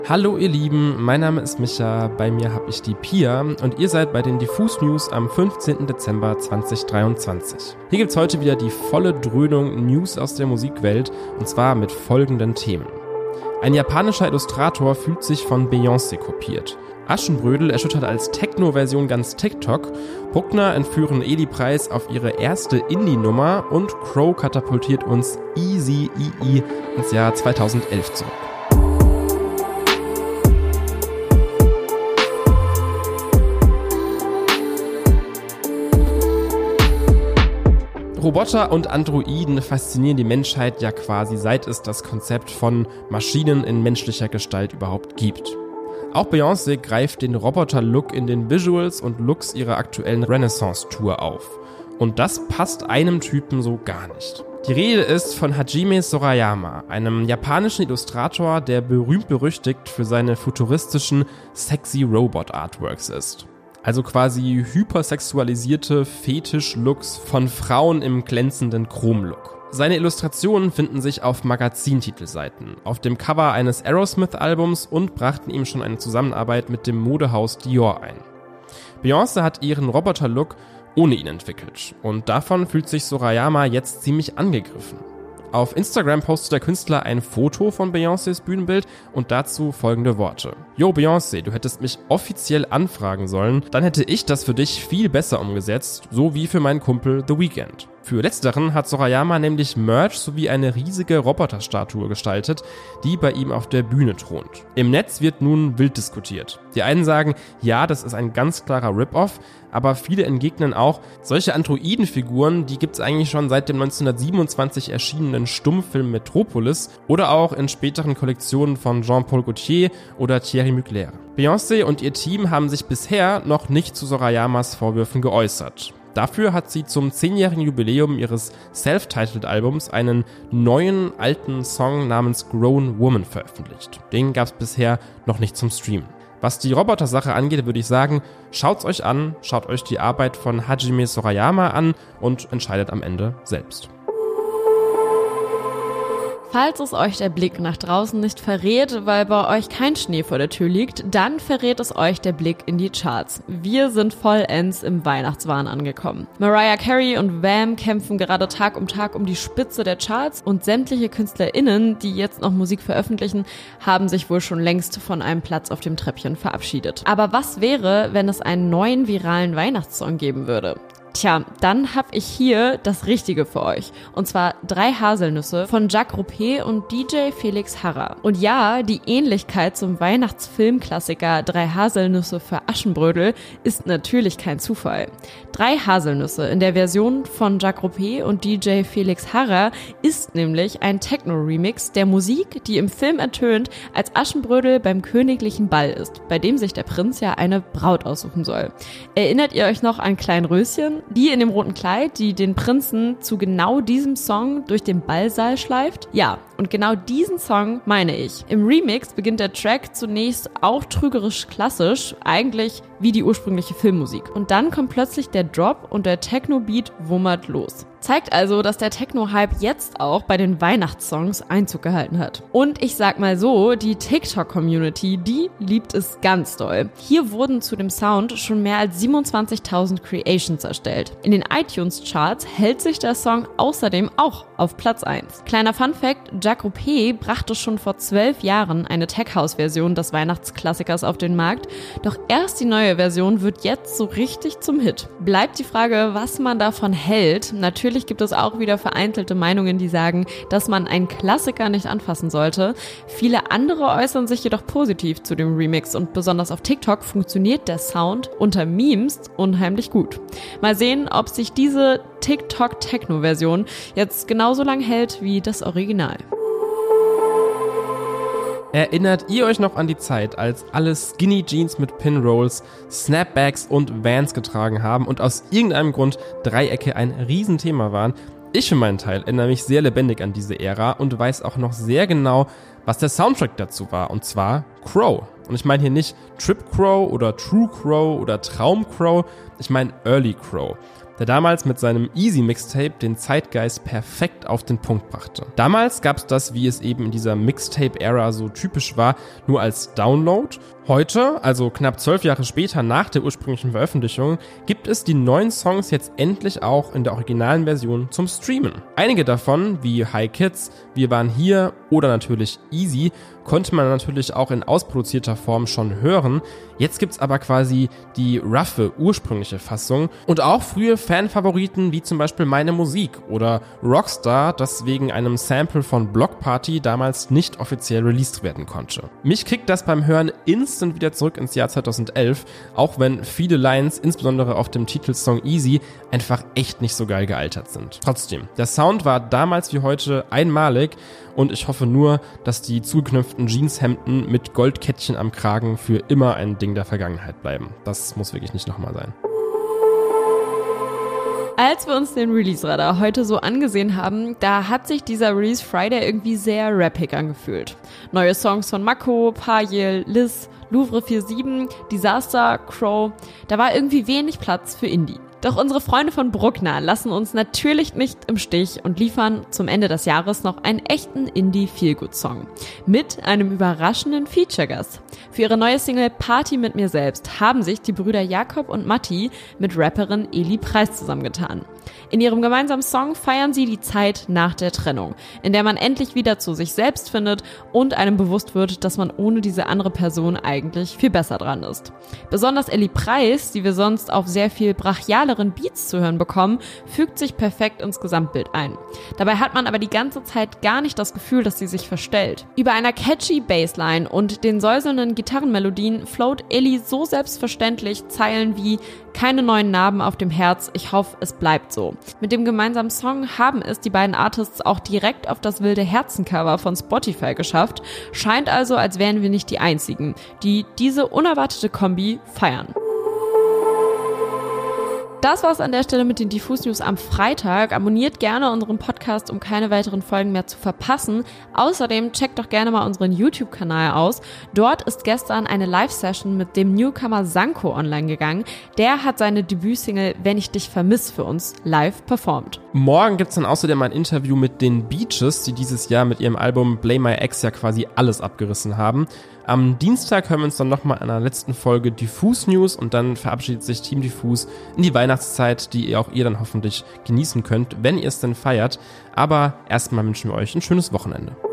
Hallo ihr Lieben, mein Name ist Micha, bei mir habe ich die Pia und ihr seid bei den Diffus News am 15. Dezember 2023. Hier gibt's heute wieder die volle Dröhnung News aus der Musikwelt und zwar mit folgenden Themen. Ein japanischer Illustrator fühlt sich von Beyoncé kopiert. Aschenbrödel erschüttert als Techno-Version ganz TikTok, Bruckner entführen Eli Preis auf ihre erste Indie-Nummer und Crow katapultiert uns Easy EE ins Jahr 2011 zurück. Roboter und Androiden faszinieren die Menschheit ja quasi, seit es das Konzept von Maschinen in menschlicher Gestalt überhaupt gibt. Auch Beyoncé greift den Roboter-Look in den Visuals und Looks ihrer aktuellen Renaissance-Tour auf. Und das passt einem Typen so gar nicht. Die Rede ist von Hajime Sorayama, einem japanischen Illustrator, der berühmt-berüchtigt für seine futuristischen sexy Robot-Artworks ist. Also quasi hypersexualisierte Fetisch-Looks von Frauen im glänzenden Chrom-Look. Seine Illustrationen finden sich auf Magazintitelseiten, auf dem Cover eines Aerosmith-Albums und brachten ihm schon eine Zusammenarbeit mit dem Modehaus Dior ein. Beyoncé hat ihren Roboter-Look ohne ihn entwickelt und davon fühlt sich Sorayama jetzt ziemlich angegriffen. Auf Instagram postet der Künstler ein Foto von Beyoncés Bühnenbild und dazu folgende Worte. Yo Beyoncé, du hättest mich offiziell anfragen sollen, dann hätte ich das für dich viel besser umgesetzt, so wie für meinen Kumpel The Weeknd. Für letzteren hat Sorayama nämlich Merch sowie eine riesige Roboterstatue gestaltet, die bei ihm auf der Bühne thront. Im Netz wird nun wild diskutiert. Die einen sagen, ja, das ist ein ganz klarer Rip-Off, aber viele entgegnen auch, solche Androidenfiguren, die gibt's eigentlich schon seit dem 1927 erschienenen Stummfilm Metropolis oder auch in späteren Kollektionen von Jean-Paul Gaultier oder Thierry Mugler. Beyoncé und ihr Team haben sich bisher noch nicht zu Sorayamas Vorwürfen geäußert. Dafür hat sie zum 10-jährigen Jubiläum ihres Self-Titled-Albums einen neuen, alten Song namens Grown Woman veröffentlicht. Den gab's bisher noch nicht zum Streamen. Was die Roboter-Sache angeht, würde ich sagen, schaut's euch an, schaut euch die Arbeit von Hajime Sorayama an und entscheidet am Ende selbst. Falls es euch der Blick nach draußen nicht verrät, weil bei euch kein Schnee vor der Tür liegt, dann verrät es euch der Blick in die Charts. Wir sind vollends im Weihnachtswahn angekommen. Mariah Carey und Wham kämpfen gerade Tag um die Spitze der Charts und sämtliche KünstlerInnen, die jetzt noch Musik veröffentlichen, haben sich wohl schon längst von einem Platz auf dem Treppchen verabschiedet. Aber was wäre, wenn es einen neuen viralen Weihnachtssong geben würde? Tja, dann hab ich hier das Richtige für euch. Und zwar 3 Haselnüsse von Jacques Rouppé und DJ Felix Harrer. Und ja, die Ähnlichkeit zum Weihnachtsfilmklassiker 3 Haselnüsse für Aschenbrödel ist natürlich kein Zufall. 3 Haselnüsse in der Version von Jacques Rouppé und DJ Felix Harrer ist nämlich ein Techno-Remix der Musik, die im Film ertönt, als Aschenbrödel beim königlichen Ball ist, bei dem sich der Prinz ja eine Braut aussuchen soll. Erinnert ihr euch noch an Klein Röschen? Die in dem roten Kleid, die den Prinzen zu genau diesem Song durch den Ballsaal schleift? Ja, und genau diesen Song meine ich. Im Remix beginnt der Track zunächst auch trügerisch klassisch, eigentlich wie die ursprüngliche Filmmusik. Und dann kommt plötzlich der Drop und der Techno-Beat wummert los. Zeigt also, dass der Techno-Hype jetzt auch bei den Weihnachtssongs Einzug gehalten hat. Und ich sag mal so, die TikTok-Community, die liebt es ganz doll. Hier wurden zu dem Sound schon mehr als 27.000 Creations erstellt. In den iTunes-Charts hält sich der Song außerdem auch auf Platz 1. Kleiner Funfact, Jacques Rouppé brachte schon vor 12 Jahren eine Tech-House-Version des Weihnachtsklassikers auf den Markt, doch erst die neue Version wird jetzt so richtig zum Hit. Bleibt die Frage, was man davon hält. Natürlich gibt es auch wieder vereinzelte Meinungen, die sagen, dass man einen Klassiker nicht anfassen sollte. Viele andere äußern sich jedoch positiv zu dem Remix und besonders auf TikTok funktioniert der Sound unter Memes unheimlich gut. Mal sehen, ob sich diese TikTok-Techno-Version jetzt genauso lang hält wie das Original. Erinnert ihr euch noch an die Zeit, als alle Skinny Jeans mit Pinrolls, Snapbacks und Vans getragen haben und aus irgendeinem Grund Dreiecke ein Riesenthema waren? Ich für meinen Teil erinnere mich sehr lebendig an diese Ära und weiß auch noch sehr genau, was der Soundtrack dazu war, und zwar Crow. Und ich meine hier nicht Trip Crow oder True Crow oder Traum Crow, ich meine Early Crow. der damals mit seinem Easy Mixtape den Zeitgeist perfekt auf den Punkt brachte. Damals gab es das, wie es eben in dieser Mixtape-Ära so typisch war, nur als Download. Heute, also knapp 12 Jahre später nach der ursprünglichen Veröffentlichung, gibt es die neuen Songs jetzt endlich auch in der originalen Version zum Streamen. Einige davon, wie Hi Kids, Wir waren hier oder natürlich Easy, konnte man natürlich auch in ausproduzierter Form schon hören. Jetzt gibt's aber quasi die roughe, ursprüngliche Fassung und auch frühe Fanfavoriten wie zum Beispiel Meine Musik oder Rockstar, das wegen einem Sample von Block Party damals nicht offiziell released werden konnte. Mich kriegt das beim Hören instant wieder zurück ins Jahr 2011, auch wenn viele Lines, insbesondere auf dem Titelsong Easy, einfach echt nicht so geil gealtert sind. Trotzdem, der Sound war damals wie heute einmalig und ich hoffe nur, dass die zugeknöpften Jeanshemden mit Goldkettchen am Kragen für immer ein Ding der Vergangenheit bleiben. Das muss wirklich nicht nochmal sein. Als wir uns den Release-Radar heute so angesehen haben, da hat sich dieser Release Friday irgendwie sehr rappig angefühlt. Neue Songs von Mako, Payel, Liz, Louvre 47, Disaster, Crow, da war irgendwie wenig Platz für Indie. Doch unsere Freunde von Bruckner lassen uns natürlich nicht im Stich und liefern zum Ende des Jahres noch einen echten Indie-Feelgood-Song mit einem überraschenden Feature-Gast. Für ihre neue Single Party mit mir selbst haben sich die Brüder Jakob und Matti mit Rapperin Eli Preis zusammengetan. In ihrem gemeinsamen Song feiern sie die Zeit nach der Trennung, in der man endlich wieder zu sich selbst findet und einem bewusst wird, dass man ohne diese andere Person eigentlich viel besser dran ist. Besonders Eli Preis, die wir sonst auf sehr viel brachialeren Beats zu hören bekommen, fügt sich perfekt ins Gesamtbild ein. Dabei hat man aber die ganze Zeit gar nicht das Gefühl, dass sie sich verstellt. Über einer catchy Bassline und den säuselnden Gitarrenmelodien float Eli so selbstverständlich Zeilen wie „Keine neuen Narben auf dem Herz, ich hoffe, es bleibt so". Mit dem gemeinsamen Song haben es die beiden Artists auch direkt auf das wilde Herzencover von Spotify geschafft. Scheint also, als wären wir nicht die Einzigen, die diese unerwartete Kombi feiern. Das war's an der Stelle mit den Diffus News am Freitag. Abonniert gerne unseren Podcast, um keine weiteren Folgen mehr zu verpassen. Außerdem checkt doch gerne mal unseren YouTube-Kanal aus. Dort ist gestern eine Live-Session mit dem Newcomer Sanko online gegangen. Der hat seine Debütsingle Wenn ich dich vermiss für uns live performt. Morgen gibt's dann außerdem ein Interview mit den Beaches, die dieses Jahr mit ihrem Album Blame My Ex ja quasi alles abgerissen haben. Am Dienstag hören wir uns dann nochmal in einer letzten Folge Diffus News und dann verabschiedet sich Team Diffus in die Weihnachtszeit, die auch ihr dann hoffentlich genießen könnt, wenn ihr es denn feiert. Aber erstmal wünschen wir euch ein schönes Wochenende.